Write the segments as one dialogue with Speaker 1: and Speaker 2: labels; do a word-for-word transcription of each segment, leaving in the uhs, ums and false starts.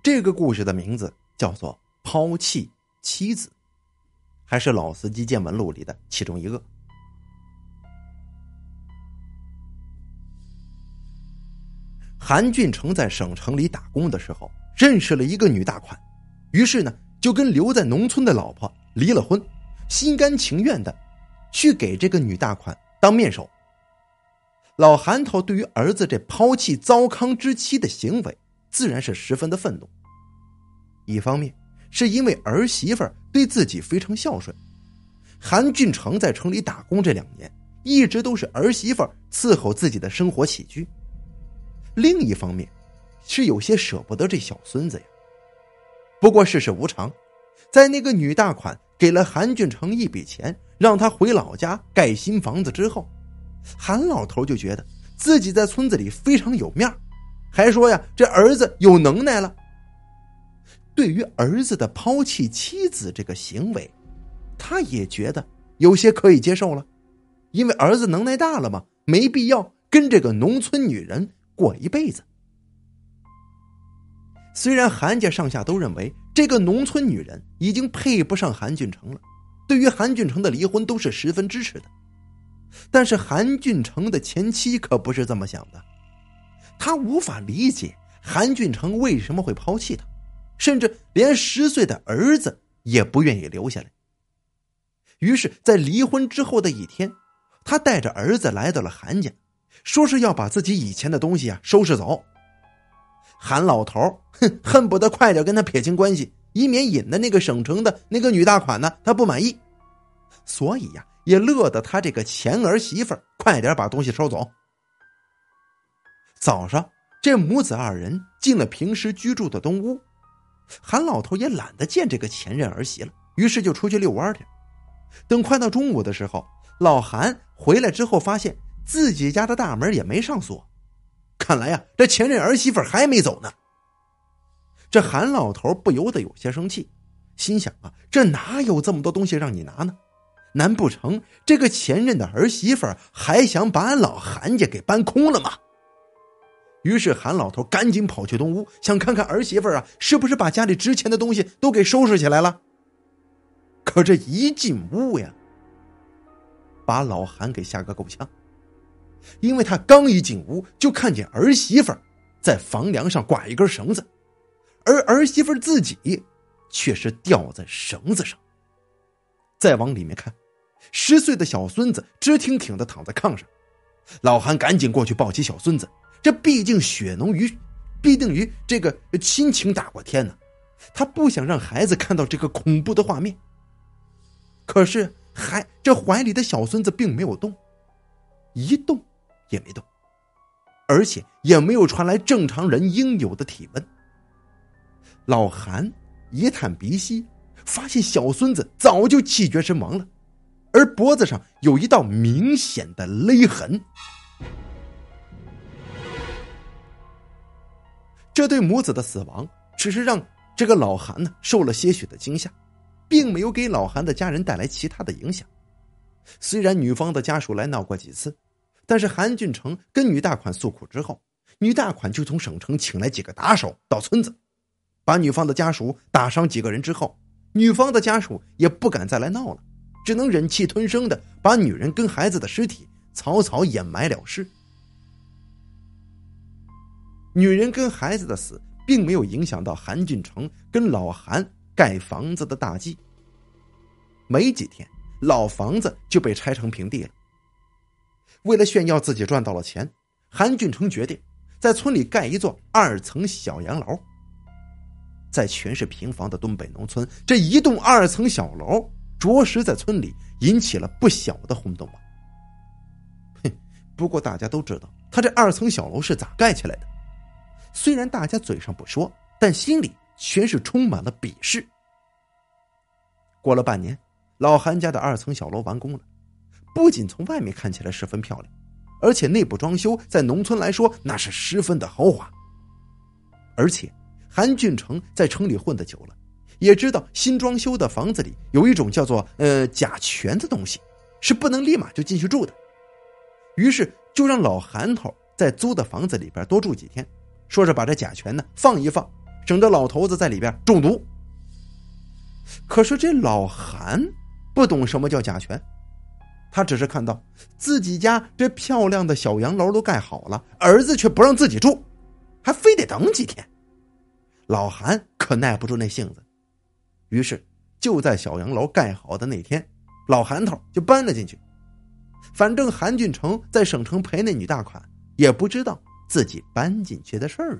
Speaker 1: 这个故事的名字叫做抛弃妻子，还是老司机见闻录里的其中一个。韩俊成在省城里打工的时候认识了一个女大款，于是呢就跟留在农村的老婆离了婚，心甘情愿的去给这个女大款当面手。老韩头对于儿子这抛弃糟糠之妻的行为自然是十分的愤怒，一方面是因为儿媳妇对自己非常孝顺，韩俊成在城里打工这两年一直都是儿媳妇伺候自己的生活起居，另一方面是有些舍不得这小孙子呀。不过世事无常，在那个女大款给了韩俊成一笔钱让他回老家盖新房子之后，韩老头就觉得自己在村子里非常有面，还说呀这儿子有能耐了。对于儿子的抛弃妻子这个行为，他也觉得有些可以接受了，因为儿子能耐大了嘛，没必要跟这个农村女人过一辈子。虽然韩家上下都认为这个农村女人已经配不上韩俊成了，对于韩俊成的离婚都是十分支持的，但是韩俊成的前妻可不是这么想的，他无法理解韩俊成为什么会抛弃他，甚至连十岁的儿子也不愿意留下来。于是在离婚之后的一天，他带着儿子来到了韩家，说是要把自己以前的东西啊收拾走。韩老头哼，恨不得快点跟他撇清关系，以免引的那个省城的那个女大款呢他不满意，所以呀也乐得他这个前儿媳妇快点把东西收走。早上这母子二人进了平时居住的东屋，韩老头也懒得见这个前任儿媳了，于是就出去遛弯去。等快到中午的时候，老韩回来之后发现自己家的大门也没上锁，看来呀这前任儿媳妇还没走呢。这韩老头不由得有些生气，心想啊，这哪有这么多东西让你拿呢？难不成这个前任的儿媳妇还想把俺老韩家给搬空了吗？于是韩老头赶紧跑去东屋，想看看儿媳妇啊是不是把家里值钱的东西都给收拾起来了。可这一进屋呀，把老韩给吓个够呛，因为他刚一进屋就看见儿媳妇在房梁上挂一根绳子，而儿媳妇自己却是吊在绳子上。再往里面看，十岁的小孙子直挺挺地躺在炕上。老韩赶紧过去抱起小孙子，这毕竟血浓于必定于这个亲情大过天呢，他不想让孩子看到这个恐怖的画面。可是还这怀里的小孙子并没有动，一动也没动，而且也没有传来正常人应有的体温。老韩一探鼻息，发现小孙子早就气绝身亡了，而脖子上有一道明显的勒痕。这对母子的死亡只是让这个老韩呢受了些许的惊吓，并没有给老韩的家人带来其他的影响。虽然女方的家属来闹过几次，但是韩俊成跟女大款诉苦之后，女大款就从省城请来几个打手到村子，把女方的家属打伤几个人之后，女方的家属也不敢再来闹了，只能忍气吞声的把女人跟孩子的尸体草草掩埋了事。女人跟孩子的死并没有影响到韩俊成跟老韩盖房子的大计。没几天，老房子就被拆成平地了。为了炫耀自己赚到了钱，韩俊成决定在村里盖一座二层小洋楼。在全是平房的东北农村，这一栋二层小楼着实在村里引起了不小的轰动啊。哼，不过大家都知道他这二层小楼是咋盖起来的，虽然大家嘴上不说，但心里全是充满了鄙视。过了半年，老韩家的二层小楼完工了，不仅从外面看起来十分漂亮，而且内部装修在农村来说那是十分的豪华。而且韩俊成在城里混得久了，也知道新装修的房子里有一种叫做呃甲醛的东西，是不能立马就进去住的。于是就让老韩头在租的房子里边多住几天，说是把这甲醛呢放一放， 省得老头子在里边中毒。可是这老韩不懂什么叫甲醛，他只是看到自己家这漂亮的小洋楼都盖好了，儿子却不让自己住，还非得等几天。老韩可耐不住那性子，于是就在小洋楼盖好的那天，老韩头就搬了进去。反正韩俊成在省城赔那女大款，也不知道自己搬进去的事儿啊。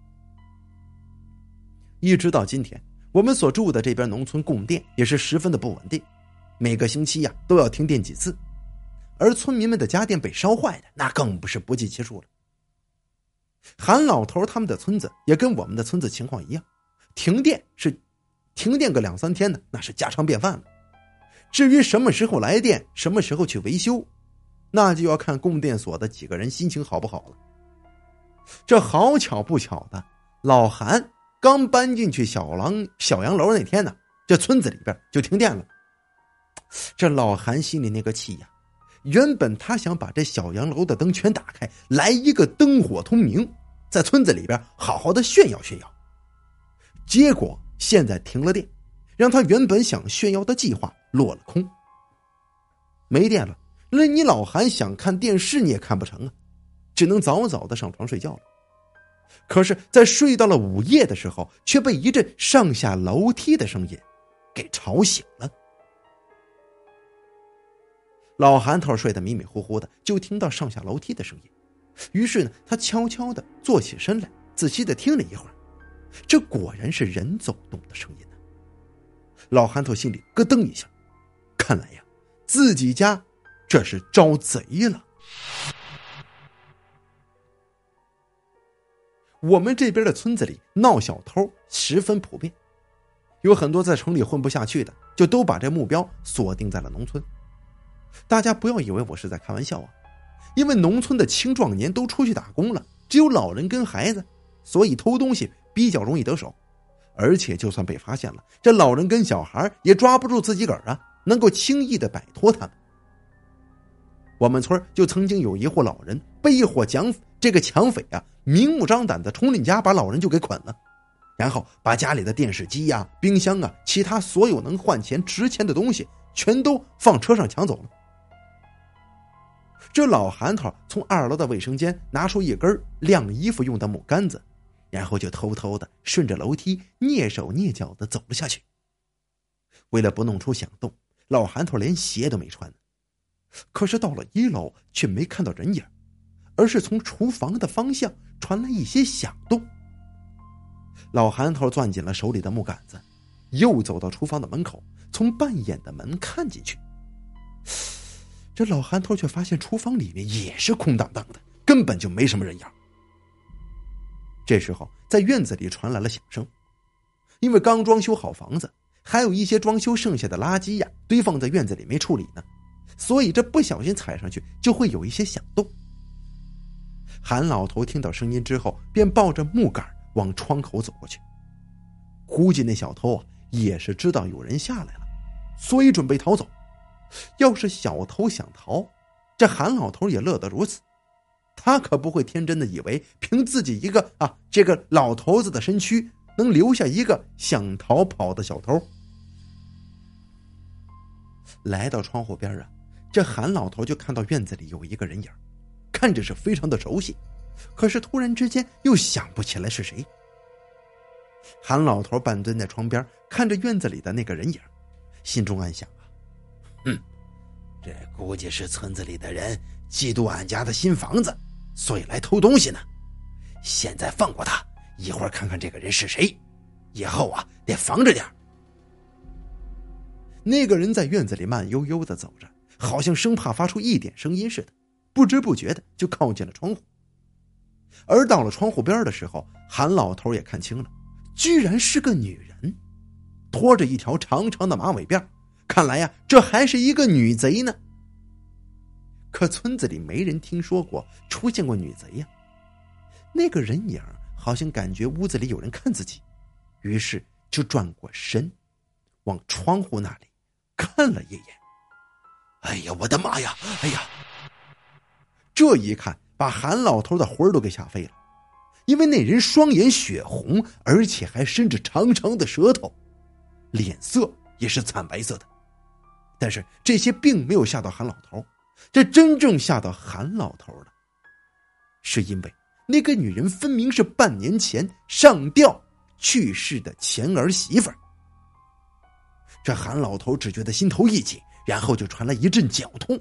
Speaker 1: 一直到今天，我们所住的这边农村供电也是十分的不稳定，每个星期呀、啊、都要停电几次，而村民们的家电被烧坏的那更不是不计其数了。韩老头他们的村子也跟我们的村子情况一样，停电是停电个两三天呢，那是家常便饭了。至于什么时候来电，什么时候去维修，那就要看供电所的几个人心情好不好了。这好巧不巧的，老韩刚搬进去小郎小洋楼那天呢，这村子里边就停电了。这老韩心里那个气呀，原本他想把这小洋楼的灯全打开，来一个灯火通明，在村子里边好好的炫耀炫耀。结果现在停了电，让他原本想炫耀的计划落了空。没电了，那你老韩想看电视你也看不成啊，只能早早的上床睡觉了。可是在睡到了午夜的时候，却被一阵上下楼梯的声音给吵醒了。老韩头睡得迷迷糊糊的，就听到上下楼梯的声音，于是呢，他悄悄地坐起身来，仔细地听了一会儿，这果然是人走动的声音呢。老韩头心里咯噔一下，看来呀，自己家这是招贼了。我们这边的村子里闹小偷十分普遍，有很多在城里混不下去的，就都把这目标锁定在了农村。大家不要以为我是在开玩笑啊，因为农村的青壮年都出去打工了，只有老人跟孩子，所以偷东西比较容易得手。而且就算被发现了，这老人跟小孩也抓不住自己个儿啊，能够轻易的摆脱他们。我们村就曾经有一户老人被一伙抢这个抢匪啊，明目张胆的冲进家，把老人就给捆了，然后把家里的电视机呀、冰箱啊，其他所有能换钱值钱的东西全都放车上抢走了。这老韩头从二楼的卫生间拿出一根晾衣服用的木杆子，然后就偷偷的顺着楼梯蹑手蹑脚的走了下去。为了不弄出响动，老韩头连鞋都没穿。可是到了一楼却没看到人影，而是从厨房的方向传来一些响动。老韩头攥紧了手里的木杆子，又走到厨房的门口，从半掩的门看进去。这老韩头却发现厨房里面也是空荡荡的，根本就没什么人影。这时候在院子里传来了响声，因为刚装修好房子，还有一些装修剩下的垃圾呀堆放在院子里没处理呢，所以这不小心踩上去就会有一些响动。韩老头听到声音之后，便抱着木杆往窗口走过去。估计那小偷啊也是知道有人下来了，所以准备逃走。要是小偷想逃，这韩老头也乐得如此，他可不会天真的以为凭自己一个啊这个老头子的身躯能留下一个想逃跑的小偷。来到窗户边啊，这韩老头就看到院子里有一个人影，看着是非常的熟悉，可是突然之间又想不起来是谁。韩老头半蹲在窗边，看着院子里的那个人影，心中暗想啊，哼，这估计是村子里的人嫉妒俺家的新房子，所以来偷东西呢。现在放过他，一会儿看看这个人是谁，以后啊得防着点。那个人在院子里慢悠悠地走着，好像生怕发出一点声音似的，不知不觉的就靠近了窗户。而到了窗户边的时候，韩老头也看清了，居然是个女人，拖着一条长长的马尾辫，看来呀，这还是一个女贼呢。可村子里没人听说过出现过女贼呀。那个人影好像感觉屋子里有人看自己，于是就转过身往窗户那里看了一眼。哎呀，我的妈呀！哎呀，这一看把韩老头的魂都给吓飞了。 因为那人双眼血红，而且还伸着长长的舌头，脸色也是惨白色的。但是这些并没有吓到韩老头，这真正吓到韩老头的，是因为那个女人分明是半年前上吊去世的前儿媳妇儿。这韩老头只觉得心头一紧，然后就传来一阵绞痛。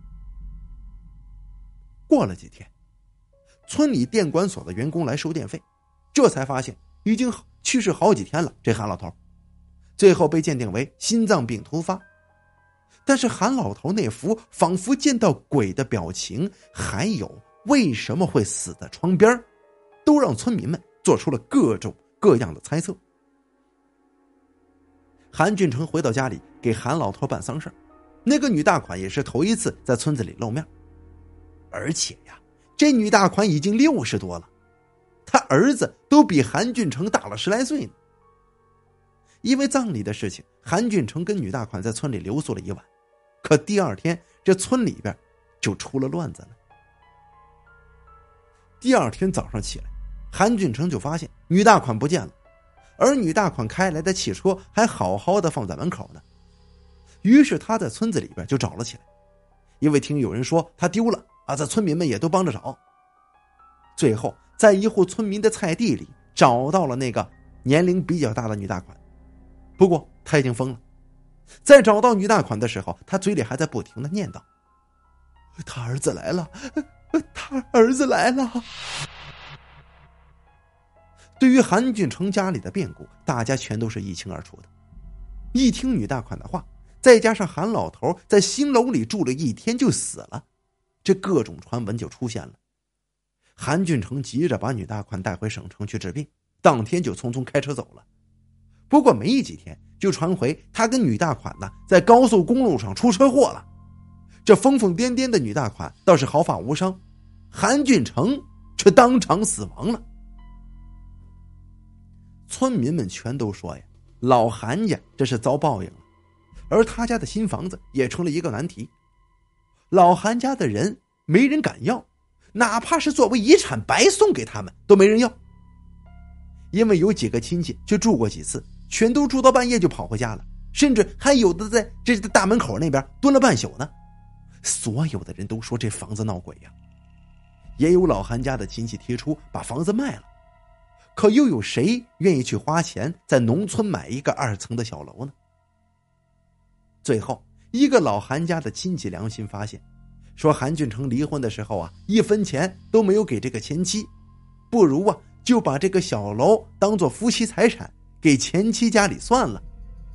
Speaker 1: 过了几天，村里电管所的员工来收电费，这才发现已经去世好几天了。这韩老头最后被鉴定为心脏病突发，但是韩老头那副仿佛见到鬼的表情，还有为什么会死在窗边，都让村民们做出了各种各样的猜测。韩俊成回到家里给韩老头办丧事，那个女大款也是头一次在村子里露面。而且呀，这女大款已经六十多了，他儿子都比韩俊成大了十来岁呢。因为葬礼的事情，韩俊成跟女大款在村里留宿了一晚，可第二天这村里边就出了乱子了。第二天早上起来，韩俊成就发现女大款不见了，而女大款开来的汽车还好好的放在门口呢。于是他在村子里边就找了起来，因为听有人说他丢了啊，在村民们也都帮着找。最后在一户村民的菜地里找到了那个年龄比较大的女大款，不过他已经疯了。在找到女大款的时候，他嘴里还在不停的念叨：他儿子来了，他儿子来了。对于韩俊成家里的变故，大家全都是一清二楚的。一听女大款的话，再加上韩老头在新楼里住了一天就死了，这各种传闻就出现了。韩俊成急着把女大款带回省城去治病，当天就匆匆开车走了。不过没几天就传回他跟女大款呢在高速公路上出车祸了。这疯疯癫癫的女大款倒是毫发无伤，韩俊成却当场死亡了。村民们全都说呀，老韩家这是遭报应了，而他家的新房子也成了一个难题。老韩家的人没人敢要，哪怕是作为遗产白送给他们都没人要。因为有几个亲戚去住过几次，全都住到半夜就跑回家了，甚至还有的在这大门口那边蹲了半宿呢。所有的人都说这房子闹鬼呀，也有老韩家的亲戚提出把房子卖了，可又有谁愿意去花钱在农村买一个二层的小楼呢？最后一个老韩家的亲戚良心发现，说韩俊成离婚的时候啊，一分钱都没有给这个前妻，不如啊就把这个小楼当做夫妻财产给前妻家里算了。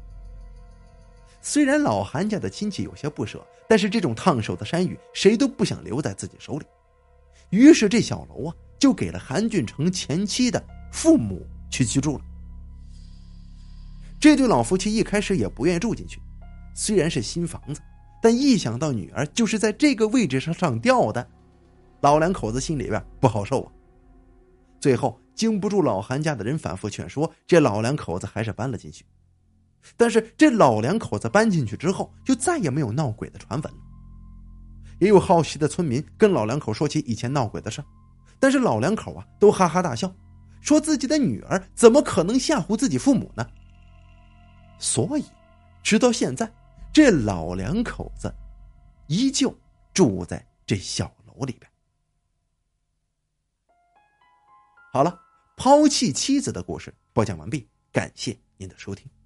Speaker 1: 虽然老韩家的亲戚有些不舍，但是这种烫手的山芋谁都不想留在自己手里，于是这小楼啊就给了韩俊成前妻的父母去居住了。这对老夫妻一开始也不愿意住进去，虽然是新房子，但一想到女儿就是在这个位置上上吊的，老两口子心里边不好受啊。最后经不住老韩家的人反复劝说，这老两口子还是搬了进去。但是这老两口子搬进去之后，就再也没有闹鬼的传闻了。也有好奇的村民跟老两口说起以前闹鬼的事，但是老两口啊都哈哈大笑，说自己的女儿怎么可能吓唬自己父母呢？所以直到现在，这老两口子依旧住在这小楼里边。好了，抛弃妻子的故事播讲完毕，感谢您的收听。